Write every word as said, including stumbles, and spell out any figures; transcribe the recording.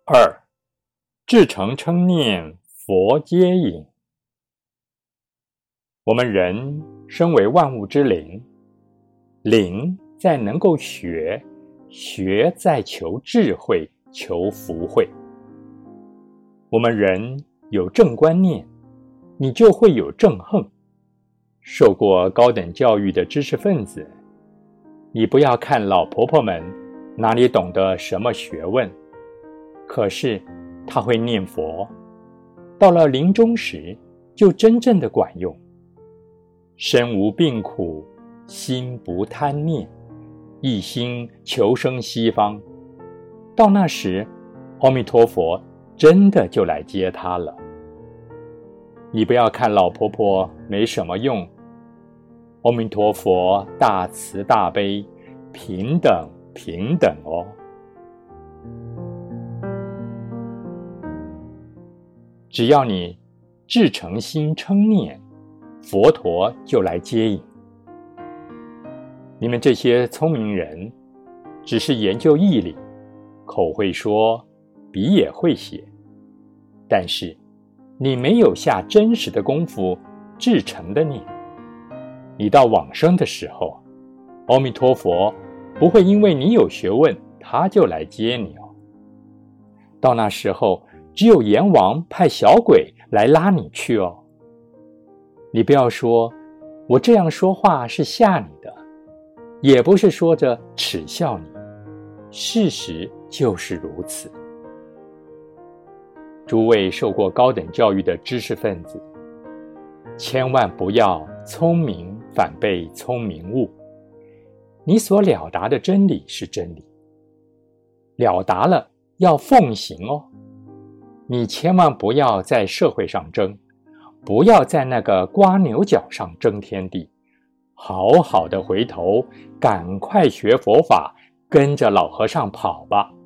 二，至诚称念，佛接引。我们人身为万物之灵，灵在能够学，学在求智慧，求福慧。我们人有正观念，你就会有正恨。受过高等教育的知识分子，你不要看老婆婆们哪里懂得什么学问，可是她会念佛，到了临终时就真正的管用。身无病苦，心不贪念，一心求生西方。到那时，阿弥陀佛真的就来接她了。你不要看老婆婆没什么用，阿弥陀佛大慈大悲，平等平等哦。只要你至诚心称念，佛陀就来接引。你们这些聪明人，只是研究义理，口会说，笔也会写，但是你没有下真实的功夫，至诚的念。你到往生的时候，阿弥陀佛不会因为你有学问，他就来接你哦。到那时候，只有阎王派小鬼来拉你去哦。你不要说我这样说话是吓你的，也不是说着耻笑你，事实就是如此。诸位受过高等教育的知识分子，千万不要聪明反被聪明误。你所了达的真理是真理，了达了要奉行哦。你千万不要在社会上争，不要在那个刮牛角上争天地，好好的回头，赶快学佛法，跟着老和尚跑吧。